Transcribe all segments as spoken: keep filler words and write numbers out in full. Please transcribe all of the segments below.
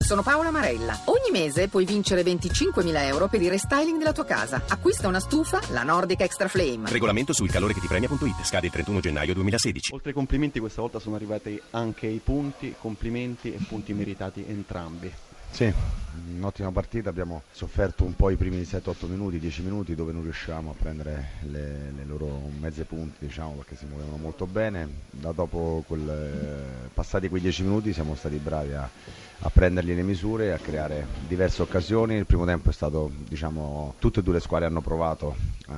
Sono Paola Marella. Ogni mese puoi vincere venticinquemila euro per il restyling della tua casa. Acquista una stufa, la Nordic Extra Flame. Regolamento sul calore che ti premia punto it. Scade il trentuno gennaio duemilasedici. Oltre ai complimenti, questa volta sono arrivati anche i punti, complimenti e punti meritati entrambi. Sì, un'ottima partita, abbiamo sofferto un po' i primi sette otto minuti, dieci minuti dove non riuscivamo a prendere le, le loro mezze punti, diciamo, perché si muovevano molto bene. Da dopo quel, passati quei dieci minuti siamo stati bravi a, a prendergli le misure, a creare diverse occasioni. Il primo tempo è stato, diciamo, tutte e due le squadre hanno provato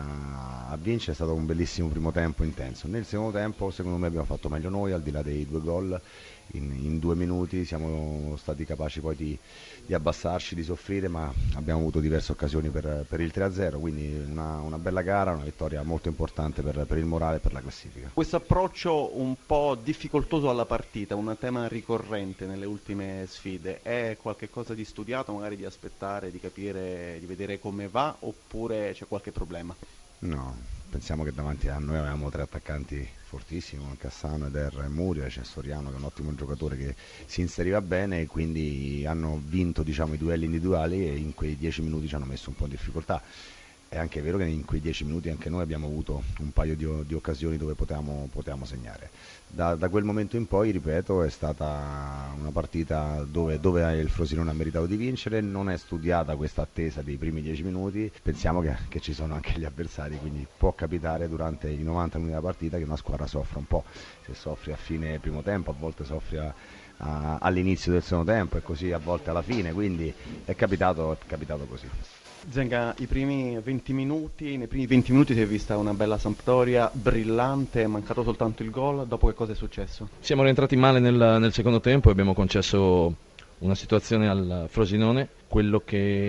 a, a vincere, è stato un bellissimo primo tempo intenso. Nel secondo tempo secondo me abbiamo fatto meglio noi, al di là dei due gol. In, in due minuti siamo stati capaci poi di, di abbassarci, di soffrire, ma abbiamo avuto diverse occasioni per, per il tre a zero, quindi una, una bella gara, una vittoria molto importante per, per il morale e per la classifica. Questo approccio un po' difficoltoso alla partita, un tema ricorrente nelle ultime sfide, è qualcosa di studiato, magari di aspettare, di capire, di vedere come va, oppure c'è qualche problema? No, pensiamo che davanti a noi avevamo tre attaccanti fortissimi, Cassano, Eder e Murio, c'è Soriano che è un ottimo giocatore che si inseriva bene e quindi hanno vinto, diciamo, i duelli individuali e in quei dieci minuti ci hanno messo un po' in difficoltà. È anche vero che in quei dieci minuti anche noi abbiamo avuto un paio di, di occasioni dove potevamo, potevamo segnare. Da, da quel momento in poi, ripeto, è stata una partita dove, dove il Frosinone ha meritato di vincere, non è studiata questa attesa dei primi dieci minuti, pensiamo che, che ci sono anche gli avversari, quindi può capitare durante i novanta minuti della partita che una squadra soffra un po', se soffri a fine primo tempo, a volte soffri a, a, all'inizio del secondo tempo e così a volte alla fine, quindi è capitato, è capitato così. Zenga, i primi venti minuti, nei primi venti minuti si è vista una bella Sampdoria, brillante, è mancato soltanto il gol, dopo che cosa è successo? Siamo rientrati male nel, nel secondo tempo e abbiamo concesso una situazione al Frosinone. Quello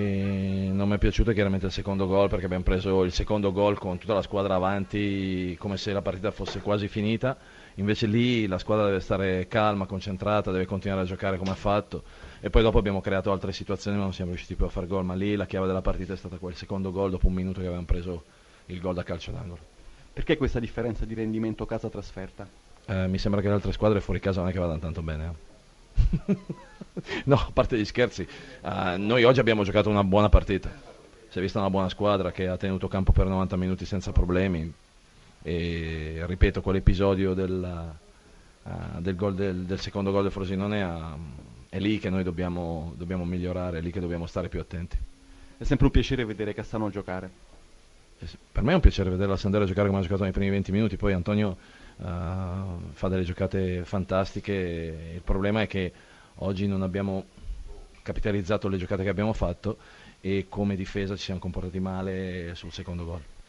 che non mi è piaciuto è chiaramente il secondo gol, perché abbiamo preso il secondo gol con tutta la squadra avanti come se la partita fosse quasi finita. Invece lì la squadra deve stare calma, concentrata, deve continuare a giocare come ha fatto e poi dopo abbiamo creato altre situazioni ma non siamo riusciti più a far gol, ma lì la chiave della partita è stata quel secondo gol dopo un minuto che avevamo preso il gol da calcio d'angolo. Perché questa differenza di rendimento casa-trasferta? Eh, mi sembra che le altre squadre fuori casa non è che vadano tanto bene. Eh? No, a parte gli scherzi, uh, noi oggi abbiamo giocato una buona partita, si è vista una buona squadra che ha tenuto campo per novanta minuti senza problemi. E ripeto, quell'episodio del, uh, del, gol del, del secondo gol del Frosinone uh, è lì che noi dobbiamo, dobbiamo migliorare, è lì che dobbiamo stare più attenti. È sempre un piacere vedere Cassano giocare. Per me è un piacere vedere la Sampdoria giocare come ha giocato nei primi venti minuti, poi Antonio uh, fa delle giocate fantastiche, il problema è che oggi non abbiamo capitalizzato le giocate che abbiamo fatto e come difesa ci siamo comportati male sul secondo gol.